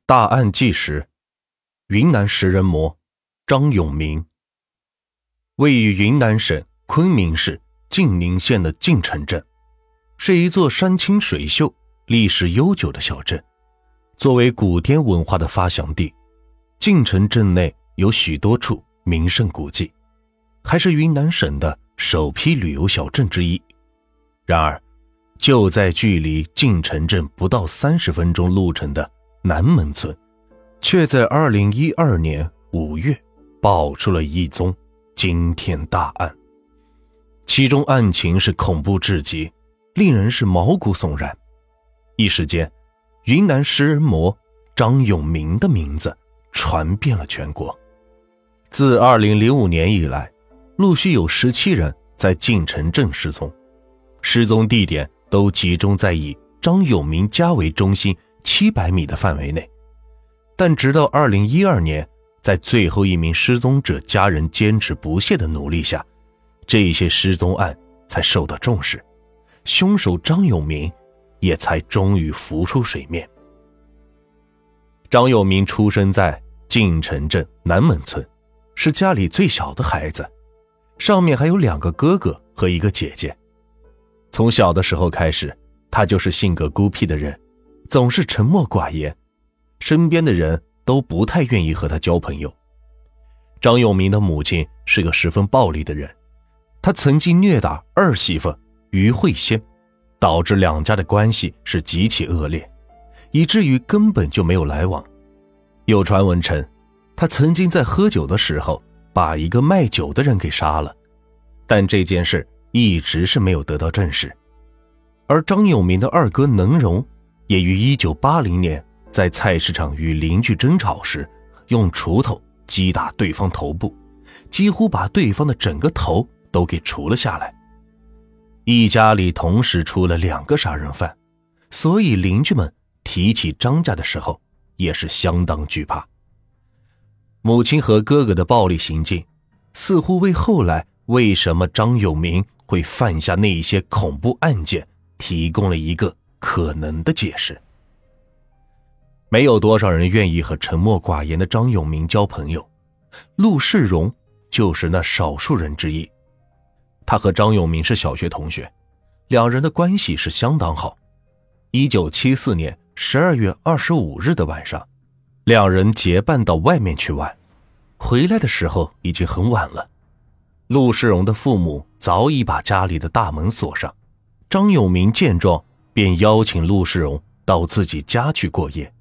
大案纪实：云南食人魔张永明。位于云南省昆明市晋宁县的晋城镇，是一座山清水秀、历史悠久的小镇。作为古滇文化的发祥地，晋城镇内有许多处名胜古迹，还是云南省的首批旅游小镇之一。然而，就在距离晋城镇不到30分钟路程的南门村，却在2012年5月爆出了一宗惊天大案。其中案情是恐怖至极，令人是毛骨悚然。一时间，云南食人魔张永明的名字传遍了全国。自2005年以来，陆续有17人在晋城镇失踪，失踪地点都集中在以张永明家为中心700米的范围内。但直到2012年，在最后一名失踪者家人坚持不懈的努力下，这些失踪案才受到重视，凶手张永明也才终于浮出水面。张永明出生在晋城镇南门村，是家里最小的孩子，上面还有2个哥哥和1个姐姐。从小的时候开始，他就是性格孤僻的人，总是沉默寡言，身边的人都不太愿意和他交朋友。张永明的母亲是个十分暴力的人，她曾经虐打儿媳妇于慧仙，导致2家的关系是极其恶劣，以至于根本就没有来往。有传闻称，他曾经在喝酒的时候把一个卖酒的人给杀了，但这件事一直是没有得到证实。而张永明的2哥能荣也于1980年在菜市场与邻居争吵时，用锄头击打对方头部，几乎把对方的整个头都给除了下来。一家里同时出了2个杀人犯，所以邻居们提起张家的时候也是相当惧怕。母亲和哥哥的暴力行径似乎为后来为什么张永明会犯下那些恐怖案件提供了一个可能的解释。没有多少人愿意和沉默寡言的张永明交朋友，陆世荣就是那少数人之一。他和张永明是小学同学，2人的关系是相当好。1974年12月25日的晚上，2人结伴到外面去玩，回来的时候已经很晚了。陆世荣的父母早已把家里的大门锁上，张永明见状便邀请陆世荣到自己家去过夜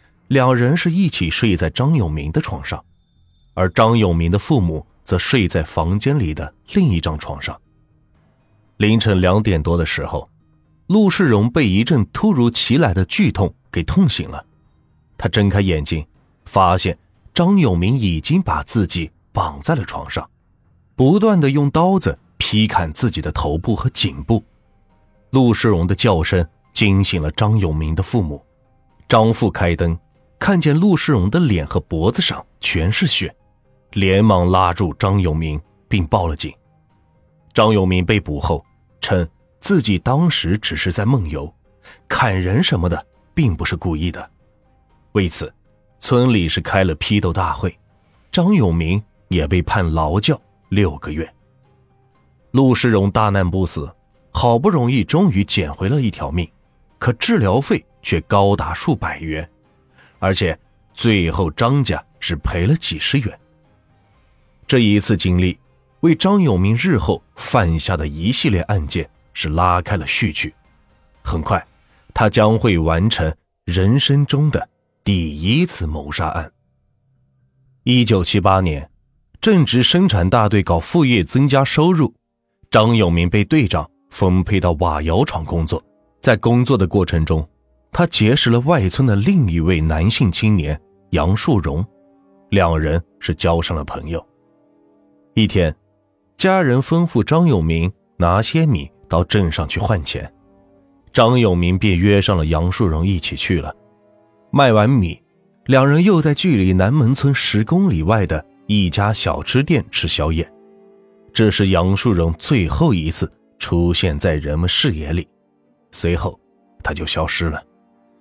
，2人是一起睡在张永明的床上，而张永明的父母则睡在房间里的另一张床上。凌晨2点多的时候，陆世荣被一阵突如其来的剧痛给痛醒了。他睁开眼睛，发现张永明已经把自己绑在了床上，不断地用刀子劈砍自己的头部和颈部。陆世荣的叫声惊醒了张永明的父母。张父开灯，看见陆世荣的脸和脖子上全是血，连忙拉住张永明并报了警。张永明被捕后称自己当时只是在梦游，砍人什么的并不是故意的。为此，村里是开了批斗大会，张永明也被判劳教6个月。陆世荣大难不死，好不容易终于捡回了一条命，可治疗费却高达数百元，而且最后张家是赔了几十元。这一次经历为张永明日后犯下的一系列案件是拉开了序曲。很快，他将会完成人生中的第1次谋杀案。1978年，正值生产大队搞副业增加收入，张永明被队长分配到瓦窑厂工作。在工作的过程中，他结识了外村的另一位男性青年杨树荣，2人是交上了朋友。一天，家人吩咐张永明拿些米到镇上去换钱，张永明便约上了杨树荣一起去了。卖完米，2人又在距离南门村10公里外的一家小吃店吃宵夜。这是杨树荣最后一次出现在人们视野里，随后他就消失了。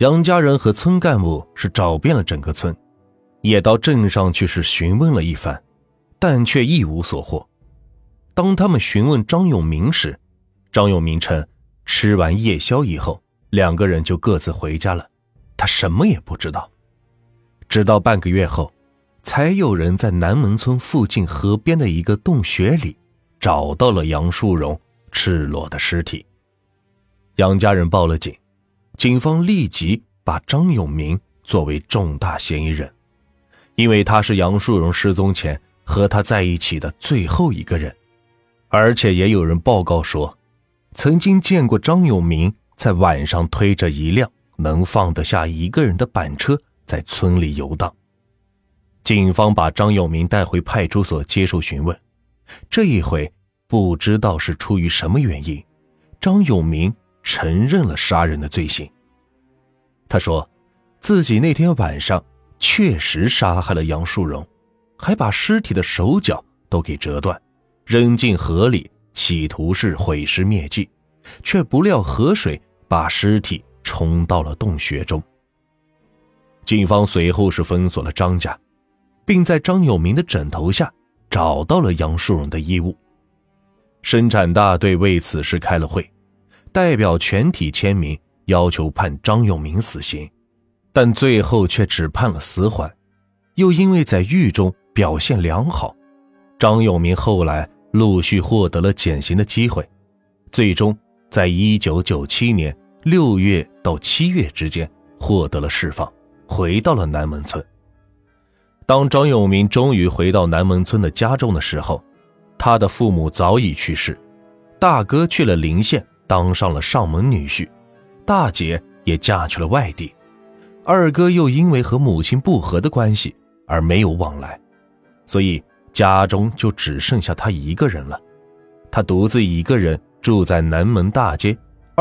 杨家人和村干部是找遍了整个村，也到镇上去是询问了一番，但却一无所获。当他们询问张永明时，张永明称吃完夜宵以后2个人就各自回家了，他什么也不知道。直到半个月后，才有人在南门村附近河边的一个洞穴里找到了杨树荣赤裸的尸体。杨家人报了警，警方立即把张永明作为重大嫌疑人，因为他是杨树荣失踪前和他在一起的最后一个人。而且也有人报告说，曾经见过张永明在晚上推着一辆能放得下1个人的板车在村里游荡。警方把张永明带回派出所接受询问，这一回不知道是出于什么原因，张永明承认了杀人的罪行。他说自己那天晚上确实杀害了杨树荣，还把尸体的手脚都给折断，扔进河里，企图是毁尸灭迹，却不料河水把尸体冲到了洞穴中。警方随后是封锁了张家，并在张永明的枕头下找到了杨树荣的衣物。生产大队为此事开了会，代表全体签名，要求判张永明死刑，但最后却只判了死缓。又因为在狱中表现良好，张永明后来陆续获得了减刑的机会，最终在1997年6月到7月之间获得了释放，回到了南门村。当张永明终于回到南门村的家中的时候，他的父母早已去世，大哥去了临县当上了上门女婿，大姐也嫁去了外地，二哥又因为和母亲不和的关系而没有往来，所以家中就只剩下他一个人了。他独自一个人住在南门大街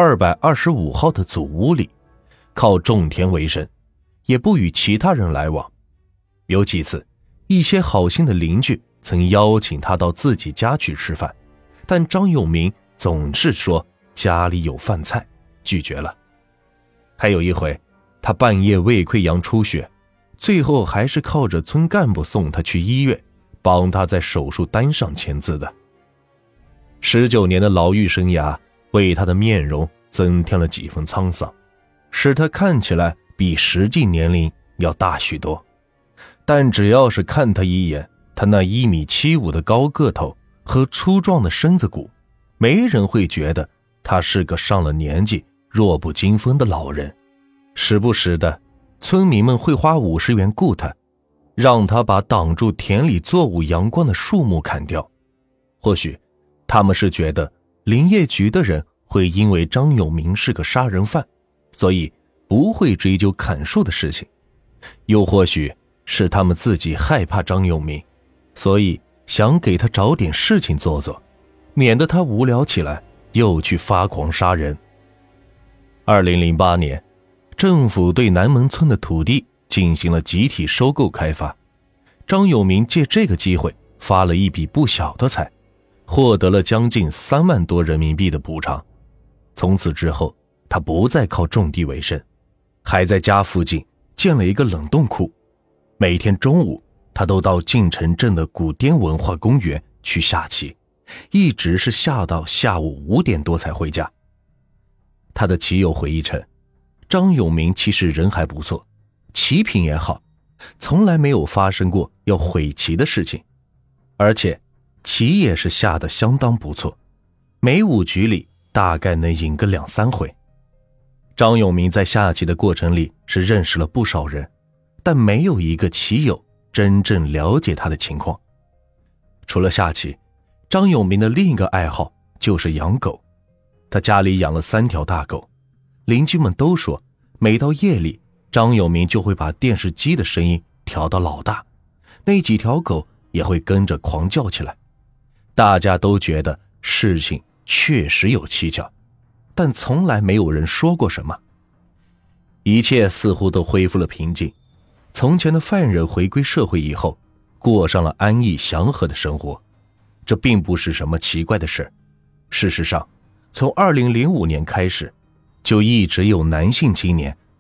225号的祖屋里，靠种田为生，也不与其他人来往。有几次，一些好心的邻居曾邀请他到自己家去吃饭，但张永明总是说家里有饭菜，拒绝了。还有一回，他半夜胃溃疡出血，最后还是靠着村干部送他去医院，帮他在手术单上签字的。19年的牢狱生涯为他的面容增添了几分沧桑，使他看起来比实际年龄要大许多。但只要是看他一眼，他那1.75米的高个头和粗壮的身子骨，没人会觉得他是个上了年纪弱不禁风的老人。时不时的，村民们会花50元雇他，让他把挡住田里作物阳光的树木砍掉。或许他们是觉得林业局的人会因为张永明是个杀人犯，所以不会追究砍树的事情，又或许是他们自己害怕张永明，所以想给他找点事情做做，免得他无聊起来又去发狂杀人。2008年，政府对南门村的土地进行了集体收购开发，张永明借这个机会发了一笔不小的财，获得了将近3万多人民币的补偿。从此之后，他不再靠种地为生，还在家附近建了一个冷冻库。每天中午，他都到晋城镇的古滇文化公园去下棋，一直是下到下午5点多才回家。他的棋友回忆称，张永明其实人还不错，棋品也好，从来没有发生过要毁棋的事情，而且棋也是下得相当不错，每5局里大概能赢个2、3回。张永明在下棋的过程里是认识了不少人，但没有一个棋友真正了解他的情况。除了下棋，张永明的另一个爱好就是养狗。他家里养了3条大狗，邻居们都说，每到夜里，张永明就会把电视机的声音调到老大，那几条狗也会跟着狂叫起来。大家都觉得事情确实有蹊跷，但从来没有人说过什么。一切似乎都恢复了平静，从前的犯人回归社会以后，过上了安逸祥和的生活，这并不是什么奇怪的事。事实上，从2005年开始，就一直有男性青年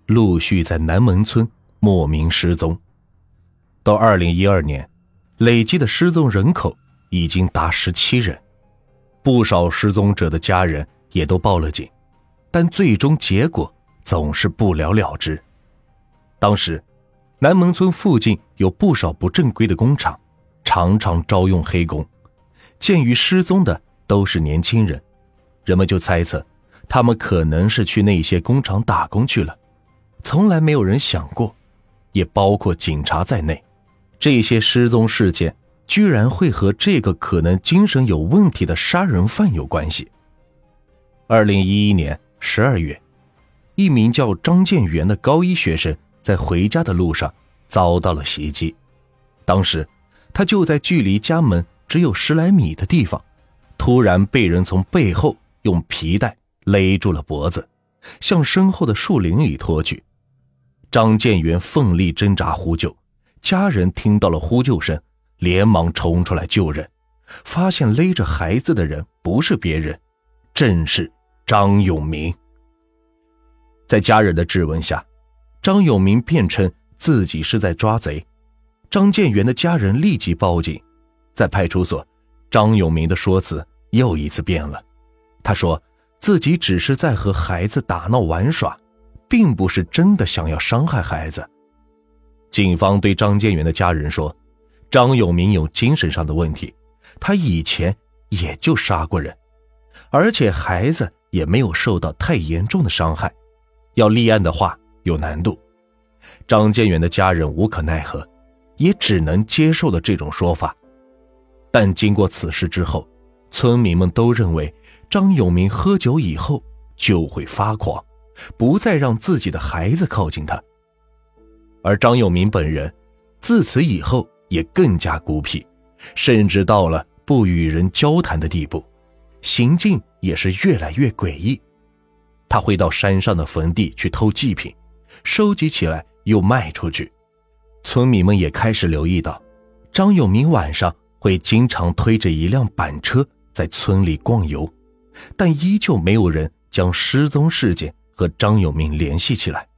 陆续在南门村莫名失踪。到2012年，累计的失踪人口已经达17人，不少失踪者的家人也都报了警，但最终结果总是不了了之。当时南门村附近有不少不正规的工厂，常常招用黑工，鉴于失踪的都是年轻人，人们就猜测他们可能是去那些工厂打工去了。从来没有人想过，也包括警察在内，这些失踪事件居然会和这个可能精神有问题的杀人犯有关系。2011年12月，一名叫张建元的高一学生在回家的路上遭到了袭击。当时他就在距离家门只有10来米的地方，突然被人从背后用皮带勒住了脖子，向身后的树林里拖去。张建元奋力挣扎呼救，家人听到了呼救声，连忙冲出来救人，发现勒着孩子的人不是别人，正是张永明。在家人的质问下，张永明辩称自己是在抓贼。张建元的家人立即报警。在派出所，张永明的说辞又一次变了。他说自己只是在和孩子打闹玩耍，并不是真的想要伤害孩子。警方对张建元的家人说，张永明有精神上的问题，他以前也就杀过人，而且孩子也没有受到太严重的伤害，要立案的话有难度。张建元的家人无可奈何，也只能接受了这种说法。但经过此事之后，村民们都认为张永明喝酒以后就会发狂，不再让自己的孩子靠近他。而张永明本人自此以后也更加孤僻，甚至到了不与人交谈的地步，行径也是越来越诡异。他会到山上的坟地去偷祭品，收集起来又卖出去。村民们也开始留意到，张永明晚上会经常推着一辆板车在村里逛游，但依旧没有人将失踪事件和张永明联系起来。